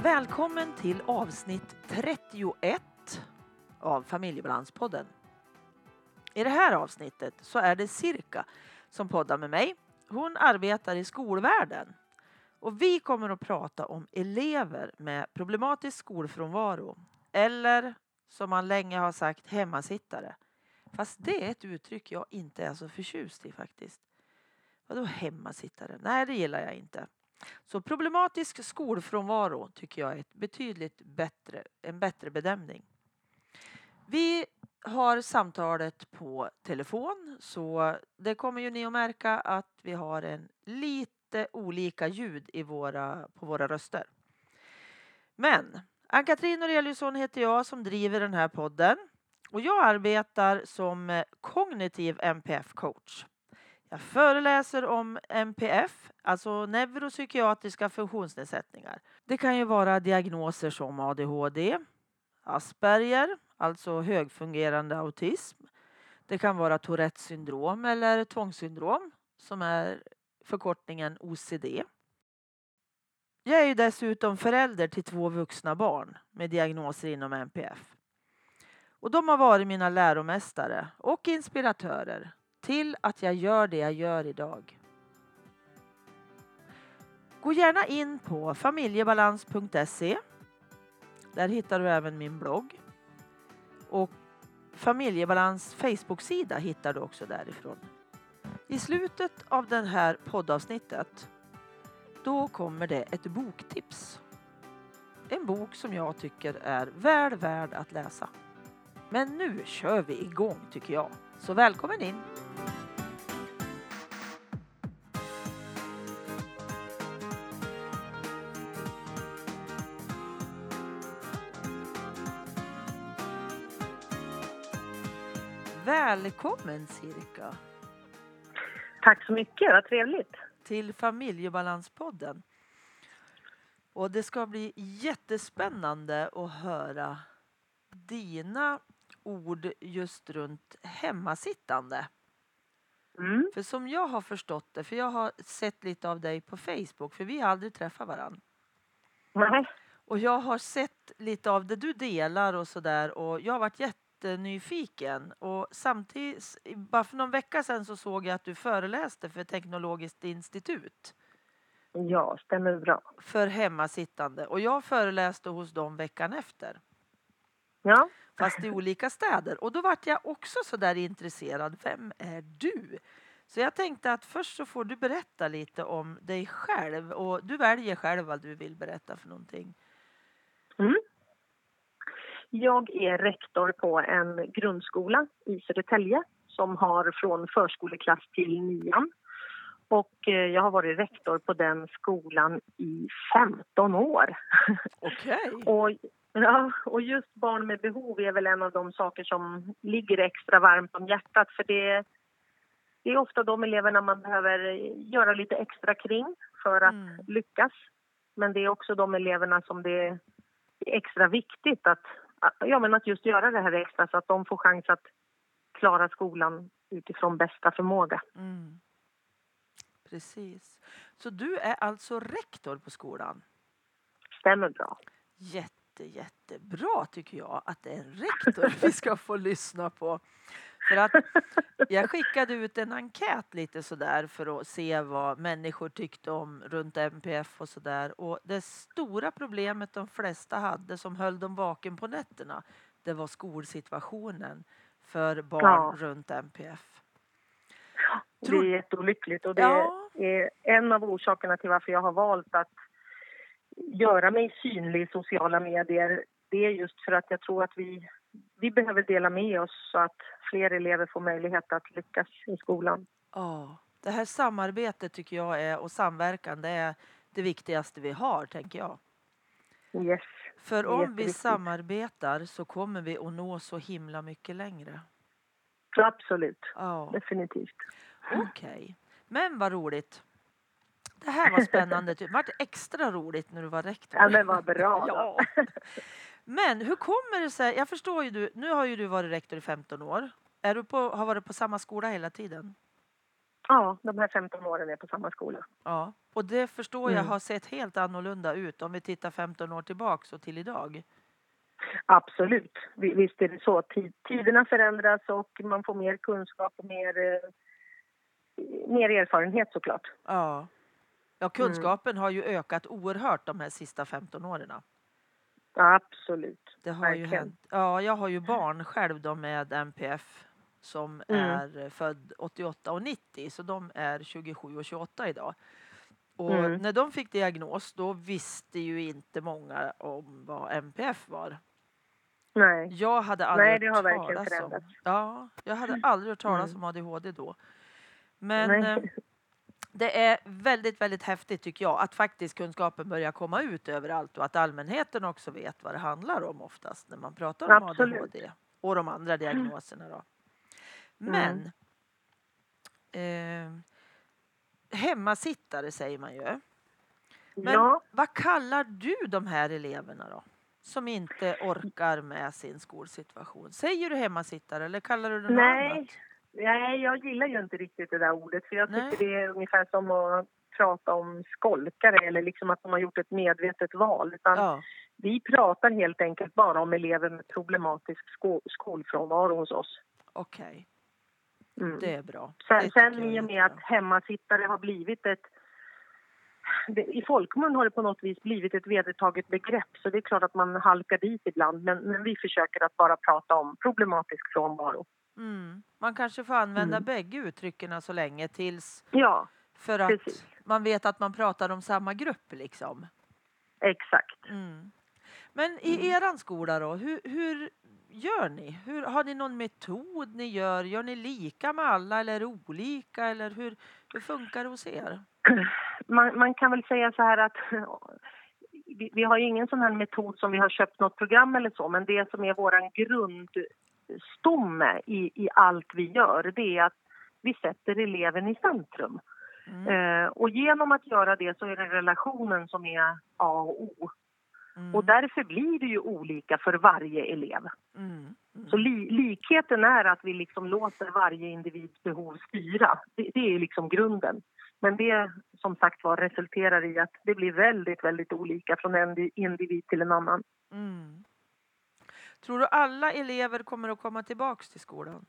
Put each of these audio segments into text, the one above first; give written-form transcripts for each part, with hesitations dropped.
Välkommen till avsnitt 31 av Familjebalanspodden. I det här avsnittet så är det Sirka som poddar med mig. Hon arbetar i skolvärlden. Och vi kommer att prata om elever med problematisk skolfrånvaro. Eller som man länge har sagt, hemmasittare. Fast det är ett uttryck jag inte är så förtjust i faktiskt. Vadå hemmasittare? Nej, det gillar jag inte. Så problematisk skolfrånvaro tycker jag är en bättre bedömning. Vi har samtalet på telefon, så det kommer ju ni att märka att vi har en lite olika ljud på våra röster. Men Ann-Katrin Noreliusson heter jag som driver den här podden och jag arbetar som kognitiv NPF-coach. Jag föreläser om NPF, alltså neuropsykiatriska funktionsnedsättningar. Det kan ju vara diagnoser som ADHD, Asperger, alltså högfungerande autism. Det kan vara Tourettes syndrom eller tvångssyndrom som är förkortningen OCD. Jag är ju dessutom förälder till 2 vuxna barn med diagnoser inom NPF. Och de har varit mina läromästare och inspiratörer till att jag gör det jag gör idag. Gå gärna in på familjebalans.se. Där hittar du även min blogg. Och Familjebalans Facebook-sida hittar du också därifrån. I slutet av det här poddavsnittet då kommer det ett boktips. En bok som jag tycker är väl värd att läsa. Men nu kör vi igång tycker jag. Så välkommen in! Välkommen Sirka! Tack så mycket, vad trevligt. Till Familjebalanspodden. Och det ska bli jättespännande att höra dina ord just runt hemmasittande. Mm. För som jag har förstått det, för jag har sett lite av dig på Facebook, för vi har aldrig träffat varandra. Nej. Och jag har sett lite av det du delar och sådär och jag har varit jättenyfiken. Och samtidigt, bara för någon vecka sedan så såg jag att du föreläste för Teknologiskt institut. Ja, stämmer bra. För hemmasittande. Och jag föreläste hos dem veckan efter. Ja. Fast i olika städer. Och då vart jag också så där intresserad. Vem är du? Så jag tänkte att först så får du berätta lite om dig själv. Och du väljer själv vad du vill berätta för någonting. Mm. Jag är rektor på en grundskola i Södertälje som har från förskoleklass till 9. Och jag har varit rektor på den skolan i 15 år. Okej. Och just barn med behov är väl en av de saker som ligger extra varmt om hjärtat. För det är ofta de eleverna man behöver göra lite extra kring för att lyckas. Men det är också de eleverna som det är extra viktigt att just göra det här extra så att de får chans att klara skolan utifrån bästa förmåga. Mm. Precis. Så du är alltså rektor på skolan? Stämmer bra. Jättebra tycker jag att det är en rektor vi ska få lyssna på. För att jag skickade ut en enkät lite sådär för att se vad människor tyckte om runt NPF och sådär. Och det stora problemet de flesta hade som höll dem vaken på nätterna, det var skolsituationen för barn runt NPF. Det är jätteolyckligt och det är en av orsakerna till varför jag har valt att göra mig synlig i sociala medier. Det är just för att jag tror att vi behöver dela med oss så att fler elever får möjlighet att lyckas i skolan. Ja, det här samarbetet tycker jag och samverkan, det är det viktigaste vi har, tänker jag. Yes. För om vi samarbetar så kommer vi att nå så himla mycket längre. Absolut, ja. Definitivt. Okej, men vad roligt. Det här var spännande. Det var extra roligt när du var rektor. Ja, men vad bra. Ja. Men hur kommer det sig? Jag förstår ju nu har ju du varit rektor i 15 år. Har varit på samma skola hela tiden? Ja, de här 15 åren är på samma skola. Ja, och det förstår jag har sett helt annorlunda ut om vi tittar 15 år tillbaks och till idag. Absolut, visst är det så. Tiderna förändras och man får mer kunskap och mer erfarenhet såklart. Ja. Ja, kunskapen har ju ökat oerhört de här sista 15 åren. Absolut. Det har verkligen. ju hänt. Ja, jag har ju barn själv då med MPF som är född 88 och 90, så de är 27 och 28 idag. Och när de fick diagnos, då visste ju inte många om vad MPF var. Nej. Jag hade aldrig det har hört verkligen talas om. förändrats. Ja, jag hade aldrig hört talas om ADHD då. Men Nej. det är väldigt, väldigt häftigt tycker jag att faktiskt kunskapen börjar komma ut överallt och att allmänheten också vet vad det handlar om oftast när man pratar om ADHD och de andra diagnoserna då. Men hemmasittare säger man ju. Men vad kallar du de här eleverna då? Som inte orkar med sin skolsituation. Säger du hemmasittare eller kallar du det något annat? Nej, jag gillar ju inte riktigt det där ordet. För jag tycker det är ungefär som att prata om skolkare eller liksom att de har gjort ett medvetet val. Utan vi pratar helt enkelt bara om elever med problematisk skolfrånvaro hos oss. Okej. Det är bra. Sen i och med att hemmasittare har blivit i folkmun har det på något vis blivit ett vedertaget begrepp, så det är klart att man halkar dit ibland, men vi försöker att bara prata om problematisk frånvaro. Man kanske får använda bägge uttrycken så länge tills för att man vet att man pratar om samma grupp liksom. Exakt. Men i eran skola då, hur gör ni? Har ni någon metod ni gör? Gör ni lika med alla eller olika? Eller hur funkar det hos er? Man kan väl säga så här att vi har ju ingen sån här metod som vi har köpt något program eller så, men det som är våran grundstomme i allt vi gör, det är att vi sätter eleven i centrum. Och genom att göra det så är det relationen som är A och O. Och därför blir det ju olika för varje elev. Så likheten är att vi liksom låter varje individs behov styra. Det är liksom grunden. Men det som sagt var resulterar i att det blir väldigt, väldigt olika från en individ till en annan. Tror du alla elever kommer att komma tillbaka till skolan?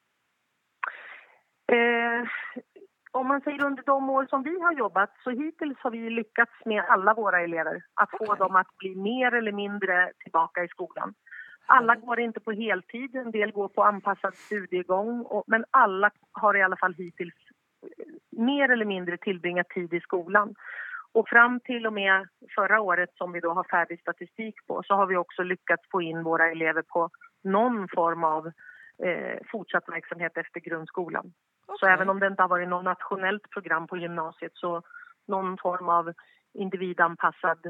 Om man säger under de år som vi har jobbat så hittills har vi lyckats med alla våra elever att få dem att bli mer eller mindre tillbaka i skolan. Alla går inte på heltid, en del går på anpassad studiegång, men alla har i alla fall hittills mer eller mindre tillbringat tid i skolan. Och fram till och med förra året som vi då har färdig statistik på så har vi också lyckats få in våra elever på någon form av fortsatt verksamhet efter grundskolan. Så även om det inte har varit något nationellt program på gymnasiet så någon form av individanpassad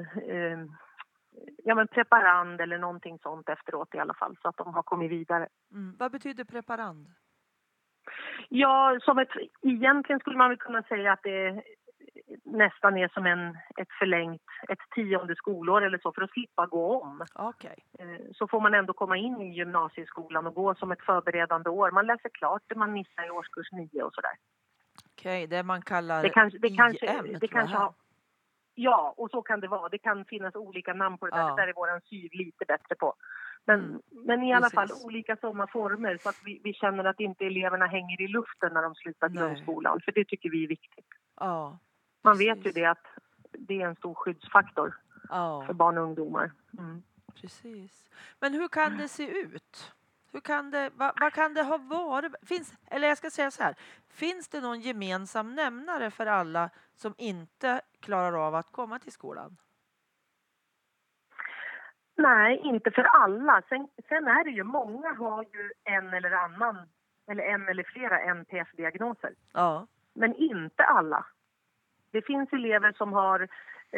preparand eller någonting sånt efteråt i alla fall så att de har kommit vidare. Vad betyder preparand? Ja, egentligen skulle man väl kunna säga att det nästan är som ett 10:e skolår eller så för att slippa gå om. Så får man ändå komma in i gymnasieskolan och gå som ett förberedande år. Man läser klart det man missar i årskurs 9 och sådär. Det man kallar det kanske ja, och så kan det vara. Det kan finnas olika namn på det där. Det där är våran syv lite bättre på. Men i alla fall olika sådana former så att vi känner att inte eleverna hänger i luften när de slutar grundskolan. För det tycker vi är viktigt. Man vet ju det att det är en stor skyddsfaktor för barn och ungdomar. Precis. Men hur kan det se ut? Vad kan det ha varit? Jag ska säga så här. Finns det någon gemensam nämnare för alla som inte klarar av att komma till skolan? Nej, inte för alla. Sen är det ju, många har ju en eller flera NPF-diagnoser. Men inte alla. Det finns elever som har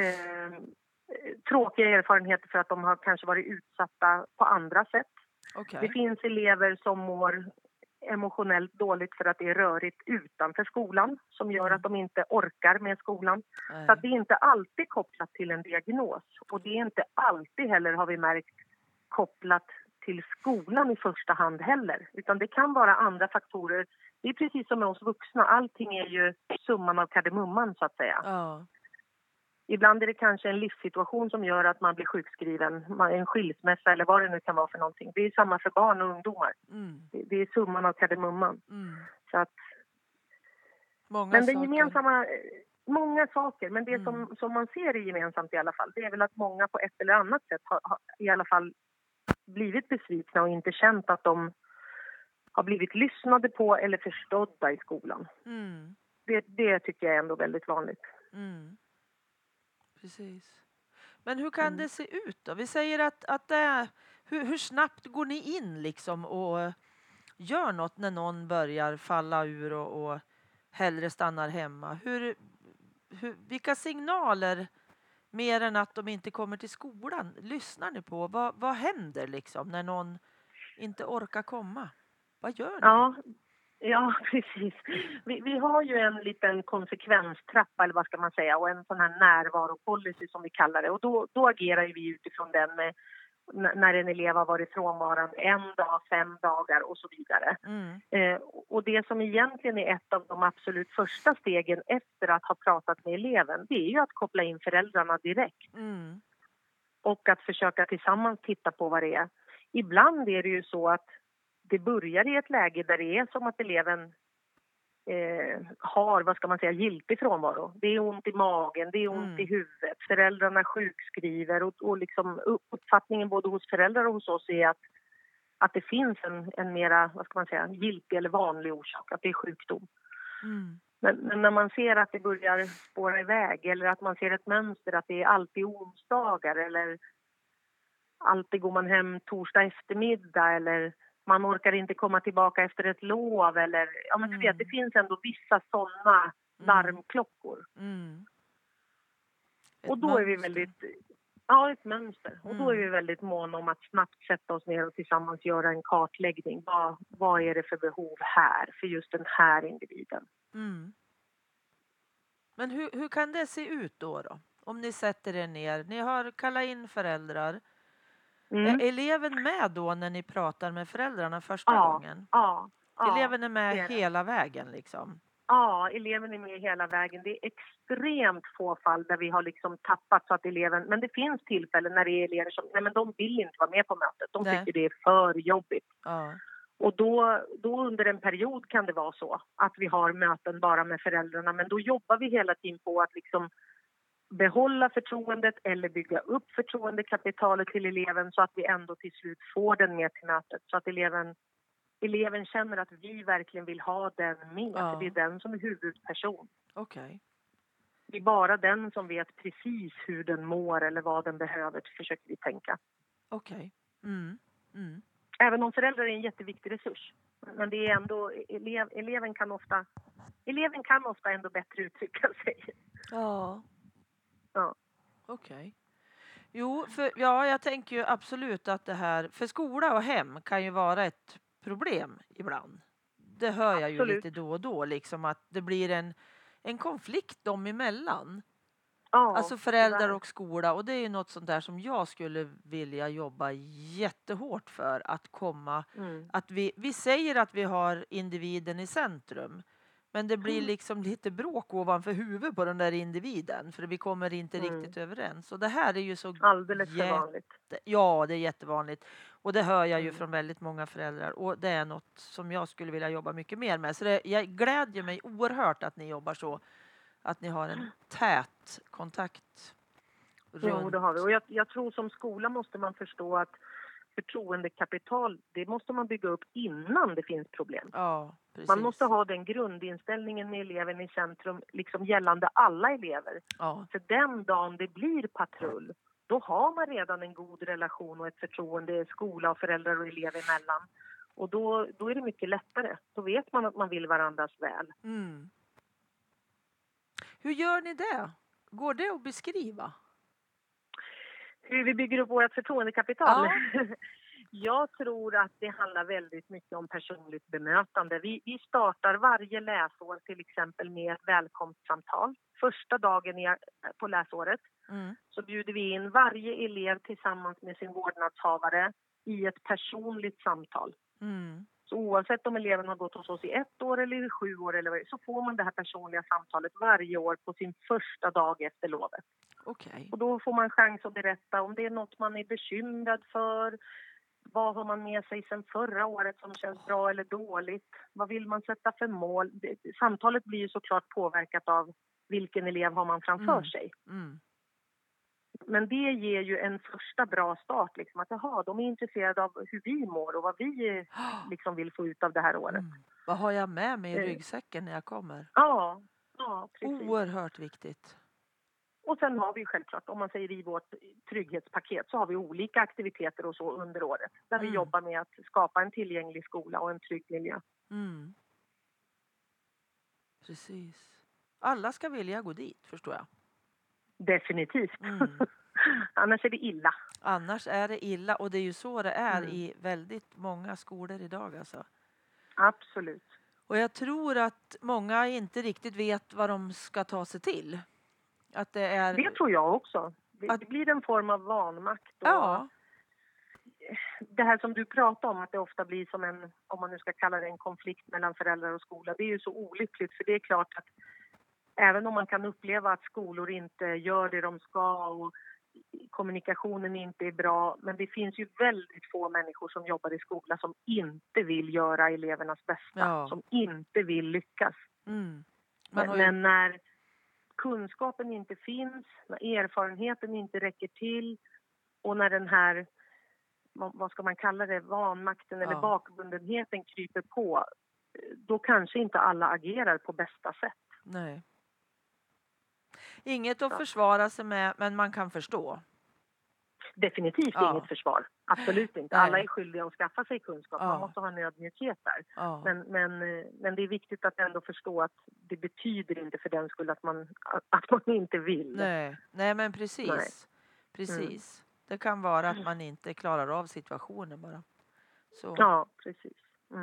tråkiga erfarenheter för att de har kanske varit utsatta på andra sätt. Det finns elever som mår emotionellt dåligt för att det är rörigt utanför skolan som gör att de inte orkar med skolan. Så att det är inte alltid kopplat till en diagnos och det är inte alltid heller, har vi märkt, kopplat till skolan i första hand heller. Utan det kan vara andra faktorer det är precis som med oss vuxna. Allting är ju summan av kardemumman så att säga. Ja. Ibland är det kanske en livssituation som gör att man blir sjukskriven. En skilsmässa eller vad det nu kan vara för någonting. Det är samma för barn och ungdomar. Det är summan av kardemumman. Så att, men det gemensamma, många saker. Men det som man ser är gemensamt i alla fall. Det är väl att många på ett eller annat sätt har i alla fall blivit besvikna och inte känt att de har blivit lyssnade på eller förstådda i skolan. Det tycker jag är ändå väldigt vanligt. Precis. Men hur kan det se ut då? Vi säger att det är, hur snabbt går ni in liksom och gör något när någon börjar falla ur och hellre stannar hemma? Vilka signaler, mer än att de inte kommer till skolan, lyssnar ni på? Vad händer liksom när någon inte orkar komma? Vad gör ni? Ja, precis. Vi har ju en liten konsekvenstrappa eller vad ska man säga och en sån här närvaropolicy som vi kallar det. Och då agerar vi utifrån den när en elev har varit frånvarande 1 dag, 5 dagar och så vidare. Och det som egentligen är ett av de absolut första stegen efter att ha pratat med eleven, det är ju att koppla in föräldrarna direkt. Och att försöka tillsammans titta på vad det är. Ibland är det ju så att det börjar i ett läge där det är som att eleven har, vad ska man säga, giltig frånvaro. Det är ont i magen, det är ont i huvudet. Föräldrarna sjukskriver och liksom uppfattningen både hos föräldrar och hos oss är att det finns en mera, vad ska man säga, giltig eller vanlig orsak, att det är sjukdom. Men när man ser att det börjar spåra iväg eller att man ser ett mönster att det är alltid onsdagar eller alltid går man hem torsdag eftermiddag eller man orkar inte komma tillbaka efter ett lov eller ja men du vet, det finns ändå vissa sådana larmklockor. Och då är vi väldigt, ett mönster. Och då är vi väldigt måna om att snabbt sätta oss ner och tillsammans göra en kartläggning. Vad är det för behov här för just den här individen? Men hur kan det se ut då? Om ni sätter er ner, ni har kallat in föräldrar. Är eleven med då när ni pratar med föräldrarna första gången? Ja. Eleven är med hela vägen liksom? Ja, eleven är med hela vägen. Det är extremt få fall där vi har liksom tappat så att eleven... Men det finns tillfällen när det är elever som nej, men de vill inte vara med på mötet. De tycker det är för jobbigt. Och då under en period kan det vara så att vi har möten bara med föräldrarna. Men då jobbar vi hela tiden på att liksom behålla förtroendet eller bygga upp förtroendekapitalet till eleven så att vi ändå till slut får den med till mötet. Så att eleven känner att vi verkligen vill ha den med. För det är den som är huvudperson. Okej. Det är bara den som vet precis hur den mår eller vad den behöver, försöker vi tänka. Okej. Även om föräldrar är en jätteviktig resurs. Men det är ändå, eleven kan ofta ändå bättre uttrycka sig. Ja. Ja. Okej. Jo, jag tänker ju absolut att det här, för skola och hem kan ju vara ett problem ibland. Det hör jag ju lite då och då, liksom att det blir en konflikt dem emellan. Alltså föräldrar och skola, och det är ju något sånt där som jag skulle vilja jobba jättehårt för att komma, att vi säger att vi har individen i centrum, men det blir liksom lite bråk ovanför huvudet på den där individen för vi kommer inte riktigt överens. Och det här är ju så alldeles för vanligt. Ja, det är jättevanligt. Och det hör jag ju från väldigt många föräldrar. Och det är något som jag skulle vilja jobba mycket mer med. Så jag glädjer mig oerhört att ni jobbar så. Att ni har en tät kontakt runt. Jo, det har vi. Och jag tror som skola måste man förstå att förtroendekapital, det måste man bygga upp innan det finns problem. Ja, precis. Man måste ha den grundinställningen med eleven i centrum liksom gällande alla elever. Ja. För den dagen det blir patrull, då har man redan en god relation och ett förtroende skola och föräldrar och elever emellan. Och då är det mycket lättare. Då vet man att man vill varandras väl. Hur gör ni det? Går det att beskriva? Hur vi bygger upp vårt förtroendekapital? Ja. Jag tror att det handlar väldigt mycket om personligt bemötande. Vi startar varje läsår till exempel med ett välkomstsamtal. Första dagen på läsåret så bjuder vi in varje elev tillsammans med sin vårdnadshavare i ett personligt samtal. Så oavsett om eleven har gått hos oss i 1 år eller i 7 år eller vad, så får man det här personliga samtalet varje år på sin första dag efter lovet. Okej. Och då får man chans att berätta om det är något man är bekymrad för. Vad har man med sig sedan förra året som känns bra eller dåligt? Vad vill man sätta för mål? Samtalet blir ju såklart påverkat av vilken elev har man framför sig. Mm. Men det ger ju en första bra start. Liksom, att de är intresserade av hur vi mår och vad vi liksom vill få ut av det här året. Vad har jag med mig i ryggsäcken när jag kommer? Ja, precis. Oerhört viktigt. Och sen har vi självklart, om man säger i vårt trygghetspaket, så har vi olika aktiviteter och så under året. Där vi jobbar med att skapa en tillgänglig skola och en trygg miljö. Mm. Precis. Alla ska vilja gå dit, förstår jag. Definitivt. Annars är det illa. Annars är det illa, och det är ju så det är i väldigt många skolor idag alltså. Absolut. Och jag tror att många inte riktigt vet vad de ska ta sig till. Att det tror jag också. Det blir en form av vanmakt. Och det här som du pratar om, att det ofta blir som en, om man nu ska kalla det en konflikt mellan föräldrar och skola. Det är ju så olyckligt, för det är klart att även om man kan uppleva att skolor inte gör det de ska och kommunikationen inte är bra, men det finns ju väldigt få människor som jobbar i skola som inte vill göra elevernas bästa, som inte vill lyckas. Men när kunskapen inte finns, när erfarenheten inte räcker till och när den här, vad ska man kalla det, vanmakten eller bakbundenheten kryper på, då kanske inte alla agerar på bästa sätt. Nej. Inget att försvara sig med, men man kan förstå. Definitivt inget försvar. Absolut inte. Nej. Alla är skyldiga att skaffa sig kunskap. Man måste ha en ödmjukhet där. Men det är viktigt att ändå förstå att det betyder inte för den skull att man inte vill. Nej, men precis. Precis. Det kan vara att man inte klarar av situationen bara. Så. Ja, precis.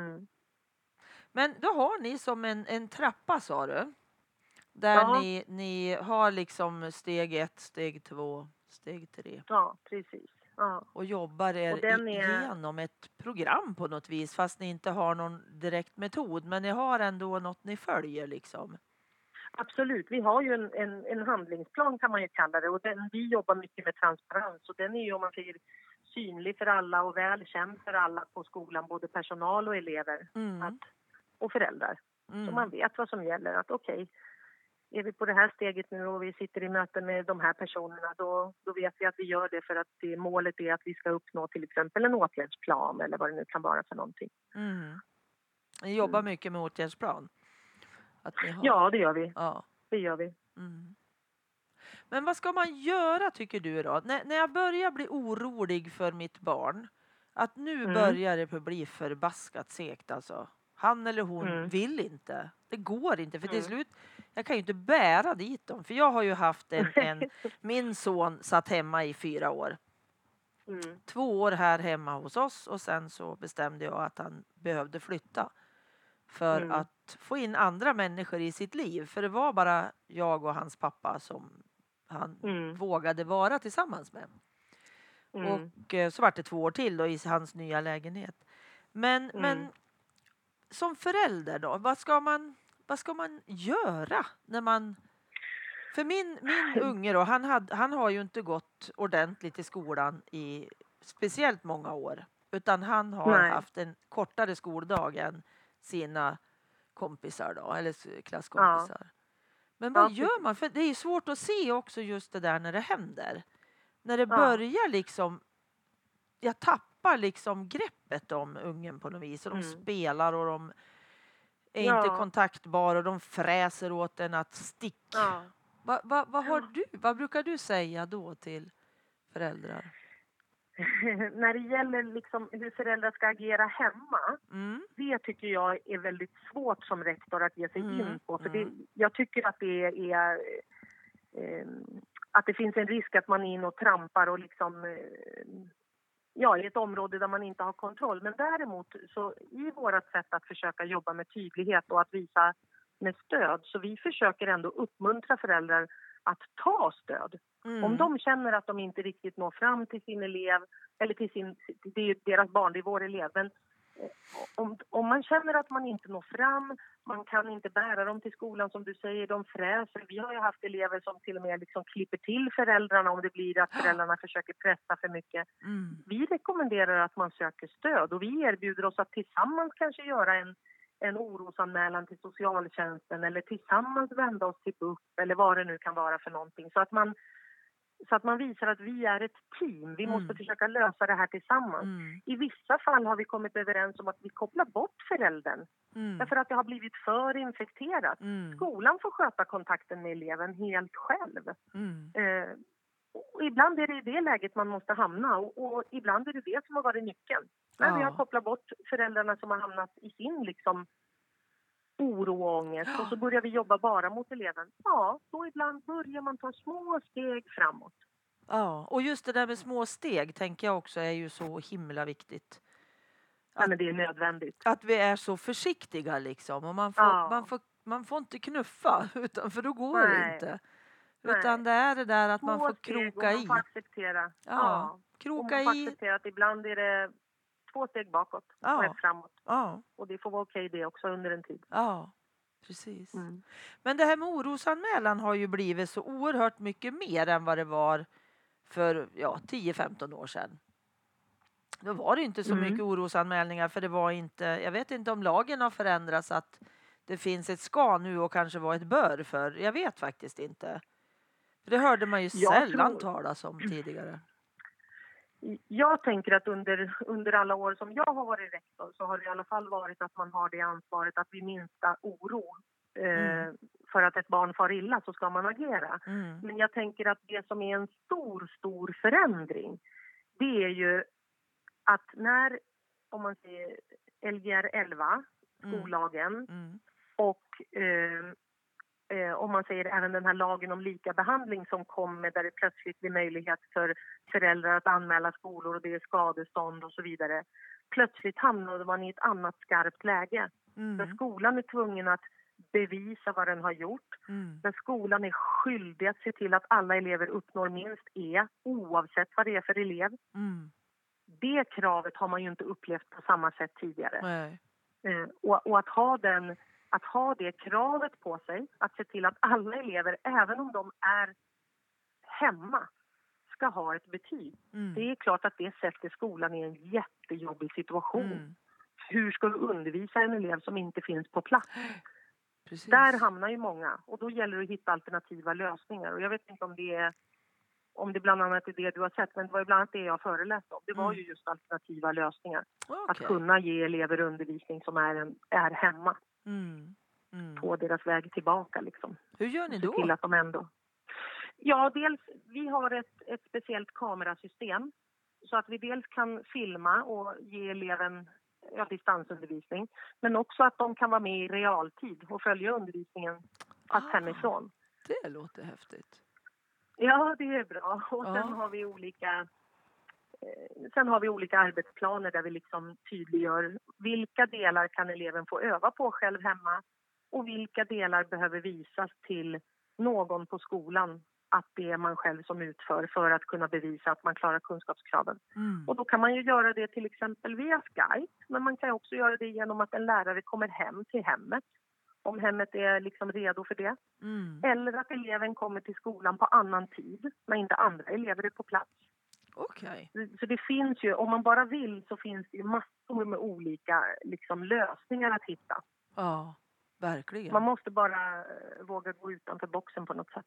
Men då har ni som en trappa, sa du. Där ni har liksom steg 1, steg 2, steg 3. Ja, precis. Ja. Och jobbar igenom ett program på något vis, fast ni inte har någon direkt metod. Men ni har ändå något ni följer liksom. Absolut. Vi har ju en handlingsplan, kan man ju kalla det. Och vi jobbar mycket med transparens. Och den är ju, om man säger, synlig för alla och väl känd för alla på skolan. Både personal och elever och föräldrar. Så man vet vad som gäller. Att okej, är vi på det här steget nu och vi sitter i möten med de här personerna, då vet vi att vi gör det för att målet är att vi ska uppnå till exempel en åtgärdsplan eller vad det nu kan vara för någonting. Ni jobbar mycket med åtgärdsplan? Ja, det gör vi. Ja. Det gör vi. Men vad ska man göra, tycker du då? När jag börjar bli orolig för mitt barn, att nu börjar det bli förbaskat segt alltså. Han eller hon vill inte. Det går inte. För till slut, jag kan ju inte bära dit dem. För jag har ju haft min son satt hemma i 4 år. 2 år här hemma hos oss. Och sen så bestämde jag att han behövde flytta. För att få in andra människor i sitt liv. För det var bara jag och hans pappa som han vågade vara tillsammans med. Och så var det 2 år till då i hans nya lägenhet. Men som förälder då, vad ska man göra när man... För min unge då, han har ju inte gått ordentligt i skolan i speciellt många år. Utan han har haft en kortare skoldag än sina kompisar då, eller klasskompisar. Men vad gör man? För det är ju svårt att se också just det där när det händer. När det börjar liksom... Jag tappar liksom greppet om ungen på något vis. Och de spelar och de är inte kontaktbara och de fräser åt en att stick. Vad brukar du säga då till föräldrar? När det gäller liksom hur föräldrar ska agera hemma, det tycker jag är väldigt svårt som rektor att ge sig in på. För jag tycker att det är att det finns en risk att man är in och trampar och liksom i ett område där man inte har kontroll. Men däremot så i vårat sätt att försöka jobba med tydlighet och att visa med stöd, så vi försöker ändå uppmuntra föräldrar att ta stöd. Om de känner att de inte riktigt når fram till sin elev eller det är deras barn, det är vår elev, men Om man känner att man inte når fram, man kan inte bära dem till skolan som du säger, de fräser. Vi har ju haft elever som till och med liksom klipper till föräldrarna om det blir att föräldrarna försöker pressa för mycket. Vi rekommenderar att man söker stöd och vi erbjuder oss att tillsammans kanske göra en orosanmälan till socialtjänsten eller tillsammans vända oss till BUP eller vad det nu kan vara för någonting. Så att man visar att vi är ett team. Vi måste försöka lösa det här tillsammans. I vissa fall har vi kommit överens om att vi kopplar bort föräldern. Därför att det har blivit för infekterat. Skolan får sköta kontakten med eleven helt själv. Och ibland är det i det läget man måste hamna. Och ibland är det det som har varit nyckeln. När vi har kopplat bort föräldrarna som har hamnat i sin liksom oro och ångest och så börjar vi jobba bara mot eleven. Ja, då ibland börjar man ta små steg framåt. Ja, och just det där med små steg tänker jag också är ju så himla viktigt. Ja, men det är nödvändigt. Att vi är så försiktiga liksom. Och man får inte knuffa, för då går det inte. Utan det är det där att man får kroka i. Man får acceptera. Kroka och man får i. acceptera att ibland är det 2 steg bakåt och 1 framåt. Och det får vara okej det också under en tid. Ja, precis. Men det här med orosanmälan har ju blivit så oerhört mycket mer än vad det var för 10-15 år sedan. Då var det inte så mycket orosanmälningar för det var inte, jag vet inte om lagen har förändrats att det finns ett ska nu och kanske var ett bör för. Jag vet faktiskt inte. För det hörde man ju sällan talas om tidigare. Jag tänker att under alla år som jag har varit rektor så har det i alla fall varit att man har det ansvaret att vid minsta oro för att ett barn far illa så ska man agera. Men jag tänker att det som är en stor förändring det är ju att när, om man säger Lgr 11, skollagen och om man säger även den här lagen om lika behandling som kom med där det plötsligt blir möjlighet för föräldrar att anmäla skolor och det är skadestånd och så vidare. Plötsligt hamnade man i ett annat skarpt läge. Där skolan är tvungen att bevisa vad den har gjort. Där skolan är skyldig att se till att alla elever uppnår minst E oavsett vad det är för elev. Det kravet har man ju inte upplevt på samma sätt tidigare. Och att ha det kravet på sig, att se till att alla elever, även om de är hemma, ska ha ett betyg. Det är klart att det sätter skolan i en jättejobbig situation. Hur ska du undervisa en elev som inte finns på plats? Precis. Där hamnar ju många och då gäller det att hitta alternativa lösningar. Och jag vet inte om det bland annat är det du har sett, men det var ju bland annat det jag föreläste om. Det var ju just alternativa lösningar. Att kunna ge elever undervisning som är hemma. På deras väg tillbaka liksom. Hur gör ni då? Till att de ändå... Ja, dels vi har ett speciellt kamerasystem så att vi dels kan filma och ge eleven distansundervisning, men också att de kan vara med i realtid och följa undervisningen fast hemifrån. Det låter häftigt. Ja, det är bra. Och sen har vi olika arbetsplaner där vi liksom tydliggör vilka delar kan eleven få öva på själv hemma och vilka delar behöver visas till någon på skolan att det är man själv som utför för att kunna bevisa att man klarar kunskapskraven. Och då kan man ju göra det till exempel via Skype, men man kan också göra det genom att en lärare kommer hem till hemmet. Om hemmet är liksom redo för det. Eller att eleven kommer till skolan på annan tid när inte andra elever är på plats. Okej. Så det finns ju, om man bara vill så finns det ju massor med olika liksom, lösningar att hitta. Ja, verkligen. Man måste bara våga gå utanför boxen på något sätt.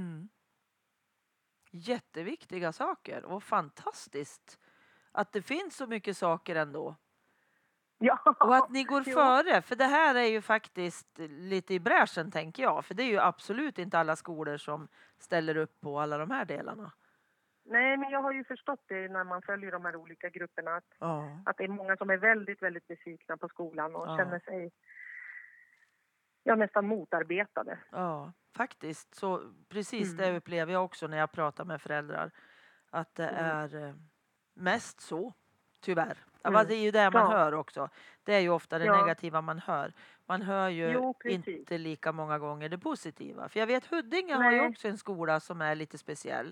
Jätteviktiga saker och fantastiskt att det finns så mycket saker ändå. Ja. Och att ni går före, för det här är ju faktiskt lite i bräschen tänker jag. För det är ju absolut inte alla skolor som ställer upp på alla de här delarna. Nej, men jag har ju förstått det när man följer de här olika grupperna. Att det är många som är väldigt, väldigt besvikna på skolan och känner sig nästan motarbetade. Ja, faktiskt. Så precis det upplever jag också när jag pratar med föräldrar. Att det är mest så, tyvärr. Det är ju det man hör också. Det är ju ofta det negativa man hör. Man hör ju inte lika många gånger det positiva. För jag vet Huddinge har ju också en skola som är lite speciell.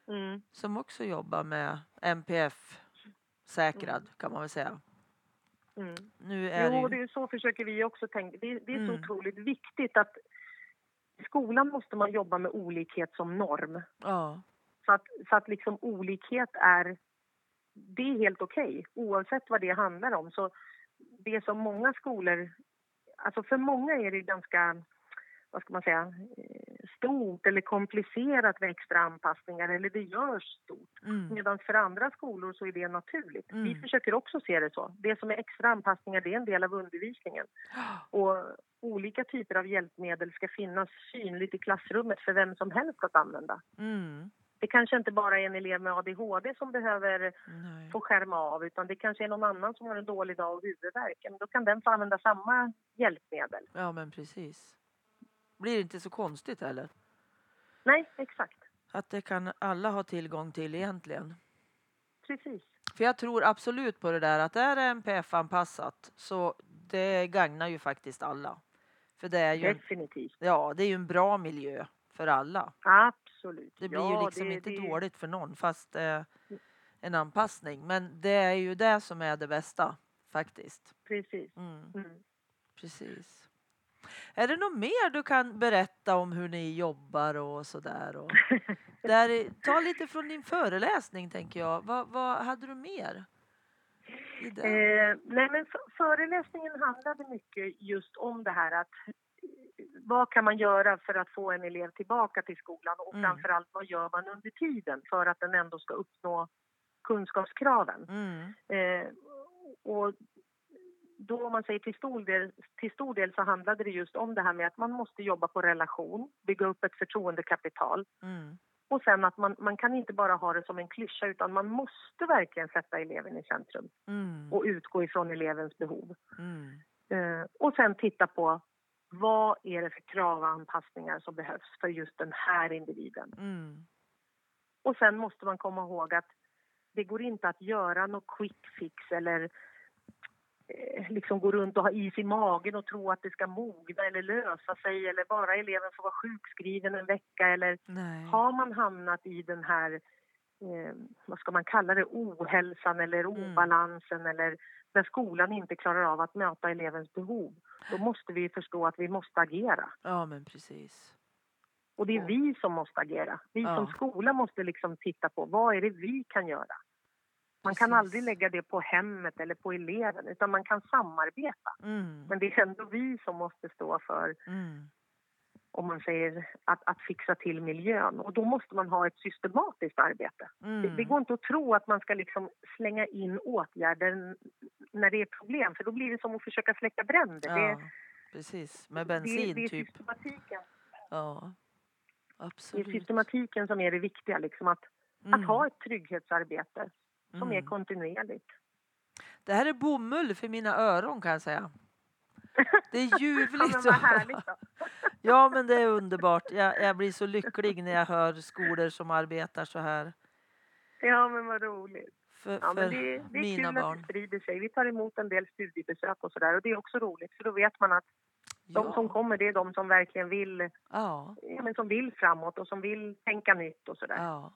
Som också jobbar med MPF-säkrad kan man väl säga. Nu är Jo, det det ju... är så försöker vi också tänka. Det är så Mm. otroligt viktigt att i skolan måste man jobba med olikhet som norm. Ja. Så att liksom olikhet det är helt okej, oavsett vad det handlar om. Så det som många skolor, alltså för många är det ganska, vad ska man säga, stort eller komplicerat med extra anpassningar, eller det görs stort. Medan för andra skolor så är det naturligt. Vi försöker också se det så. Det som är extra anpassningar, det är en del av undervisningen. Och olika typer av hjälpmedel ska finnas synligt i klassrummet för vem som helst att använda. Det kanske inte bara är en elev med ADHD som behöver få skärma av, utan det kanske är någon annan som har en dålig dag och huvudvärk. Men då kan den få använda samma hjälpmedel. Ja, men precis. Blir det inte så konstigt heller? Nej, exakt. Att det kan alla ha tillgång till egentligen. Precis. För jag tror absolut på det där att är det NPF-anpassat så det gagnar ju faktiskt alla. För det är ju definitivt. Det är ju en bra miljö för alla. Absolut. Det blir ju liksom inte dåligt för någon fast en anpassning. Men det är ju det som är det bästa faktiskt. Precis. Precis. Är det något mer du kan berätta om hur ni jobbar och sådär? Och ta lite från din föreläsning tänker jag. Vad hade du mer? Nej, men föreläsningen handlade mycket just om det här att vad kan man göra för att få en elev tillbaka till skolan och framförallt vad gör man under tiden för att den ändå ska uppnå kunskapskraven. Och då om man säger till stor del så handlade det just om det här med att man måste jobba på relation, bygga upp ett förtroendekapital. Och sen att man kan inte bara ha det som en klyscha utan man måste verkligen sätta eleven i centrum och utgå ifrån elevens behov. Och sen titta på vad är det för kravanpassningar som behövs för just den här individen. Och sen måste man komma ihåg att det går inte att göra något quick fix eller liksom gå runt och ha is i magen och tro att det ska mogna eller lösa sig eller bara eleven får vara sjukskriven en vecka eller har man hamnat i den här vad ska man kalla det, ohälsan eller obalansen eller där skolan inte klarar av att möta elevens behov, då måste vi förstå att vi måste agera. Ja, men precis. Och det är vi som måste agera. Vi som skola måste liksom titta på vad är det vi kan göra. Man kan aldrig lägga det på hemmet eller på eleven utan man kan samarbeta. Men det är ändå vi som måste stå för om man säger att fixa till miljön. Och då måste man ha ett systematiskt arbete. Det går inte att tro att man ska liksom slänga in åtgärder när det är problem. För då blir det som att försöka släcka bränder. Ja, precis. Med bensin det är typ. Systematiken. Ja, absolut. Det är systematiken som är det viktiga. Liksom att ha ett trygghetsarbete som är kontinuerligt. Det här är bomull för mina öron kan jag säga. Det är ljuvligt. Ja, men vad härligt då. Ja, men det är underbart. Jag blir så lycklig när jag hör skolor som arbetar så här. Ja, men vad roligt. För men det är mina kul barn. att det sprider sig. Vi tar emot en del studiebesök och sådär. Och det är också roligt. För då vet man att de som kommer, det är de som verkligen vill, men som vill framåt och som vill tänka nytt och sådär. Ja,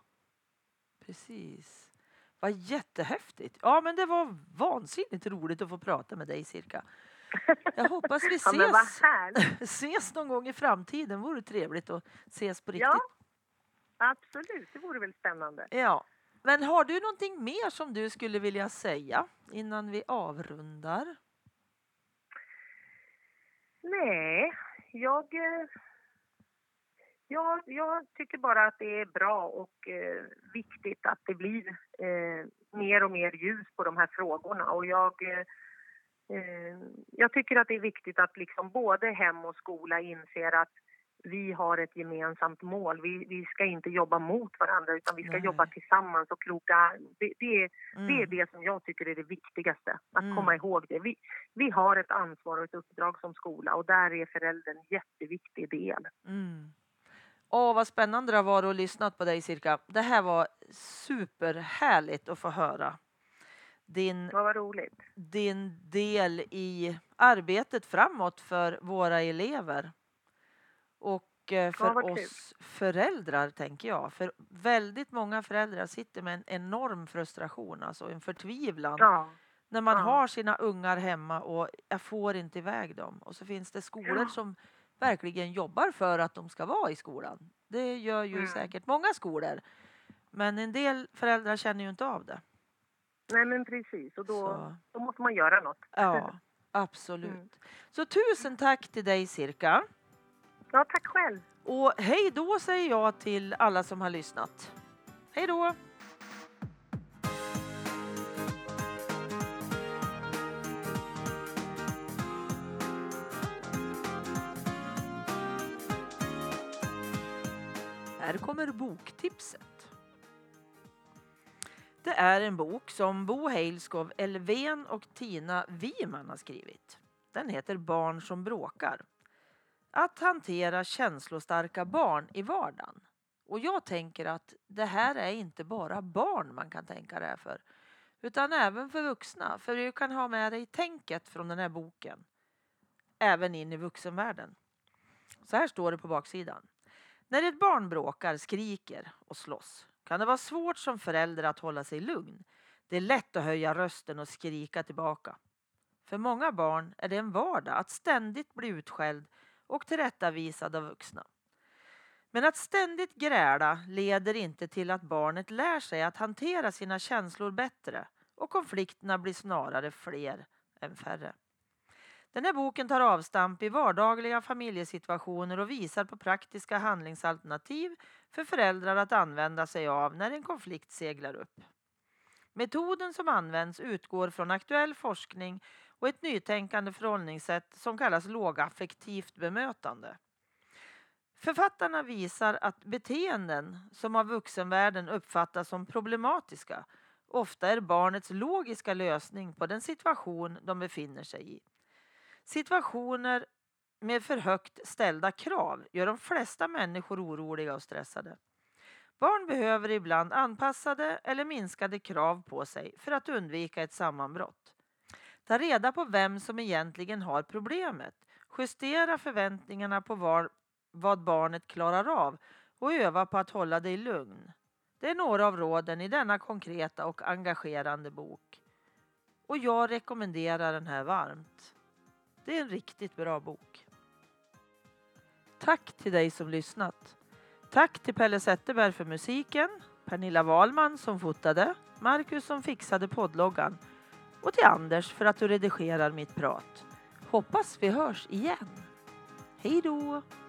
precis. Vad jättehäftigt. Ja, men det var vansinnigt roligt att få prata med dig Cirka. Jag hoppas vi ses någon gång i framtiden. Vore trevligt att ses på riktigt. Ja, absolut. Det vore väl spännande. Ja, men har du någonting mer som du skulle vilja säga innan vi avrundar? Nej, jag tycker bara att det är bra och viktigt att det blir mer och mer ljus på de här frågorna. Och jag tycker att det är viktigt att liksom både hem och skola inser att vi har ett gemensamt mål. Vi ska inte jobba mot varandra utan vi ska jobba tillsammans och kloka. Det är det som jag tycker är det viktigaste. Att komma ihåg det. Vi har ett ansvar och ett uppdrag som skola och där är föräldern en jätteviktig del. Vad spännande det var att lyssna på dig Cirka. Det här var superhärligt att få höra. Vad roligt. Din del i arbetet framåt för våra elever. Och för oss föräldrar tänker jag. För väldigt många föräldrar sitter med en enorm frustration, alltså en förtvivlan. när man Ja. har sina ungar hemma och jag får inte iväg dem. Och så finns det skolor som verkligen jobbar för att de ska vara i skolan. Det gör ju säkert många skolor. Men en del föräldrar känner ju inte av det. Nej, men precis. Och Så. då måste man göra något. Ja, absolut. Så tusen tack till dig, Sirka. Ja, tack själv. Och hej då säger jag till alla som har lyssnat. Hej då! Här kommer boktipset. Det är en bok som Bo Heilskov Elfven och Tina Wiman har skrivit. Den heter Barn som bråkar. Att hantera känslostarka barn i vardagen. Och jag tänker att det här är inte bara barn man kan tänka det här för. Utan även för vuxna. För du kan ha med dig tänket från den här boken. Även in i vuxenvärlden. Så här står det på baksidan. När ett barn bråkar, skriker och slåss kan det vara svårt som förälder att hålla sig lugn. Det är lätt att höja rösten och skrika tillbaka. För många barn är det en vardag att ständigt bli utskälld och tillrättavisad av vuxna. Men att ständigt gräla leder inte till att barnet lär sig att hantera sina känslor bättre och konflikterna blir snarare fler än färre. Den här boken tar avstamp i vardagliga familjesituationer och visar på praktiska handlingsalternativ för föräldrar att använda sig av när en konflikt seglar upp. Metoden som används utgår från aktuell forskning och ett nytänkande förhållningssätt som kallas lågaffektivt bemötande. Författarna visar att beteenden som av vuxenvärlden uppfattas som problematiska ofta är barnets logiska lösning på den situation de befinner sig i. Situationer med för högt ställda krav gör de flesta människor oroliga och stressade. Barn behöver ibland anpassade eller minskade krav på sig för att undvika ett sammanbrott. Ta reda på vem som egentligen har problemet. Justera förväntningarna på vad barnet klarar av och öva på att hålla dig lugn. Det är några av råden i denna konkreta och engagerande bok. Och jag rekommenderar den här varmt. Det är en riktigt bra bok. Tack till dig som lyssnat. Tack till Pelle Zetterberg för musiken, Pernilla Wahlman som fotade, Marcus som fixade poddloggan och till Anders för att du redigerar mitt prat. Hoppas vi hörs igen. Hej då!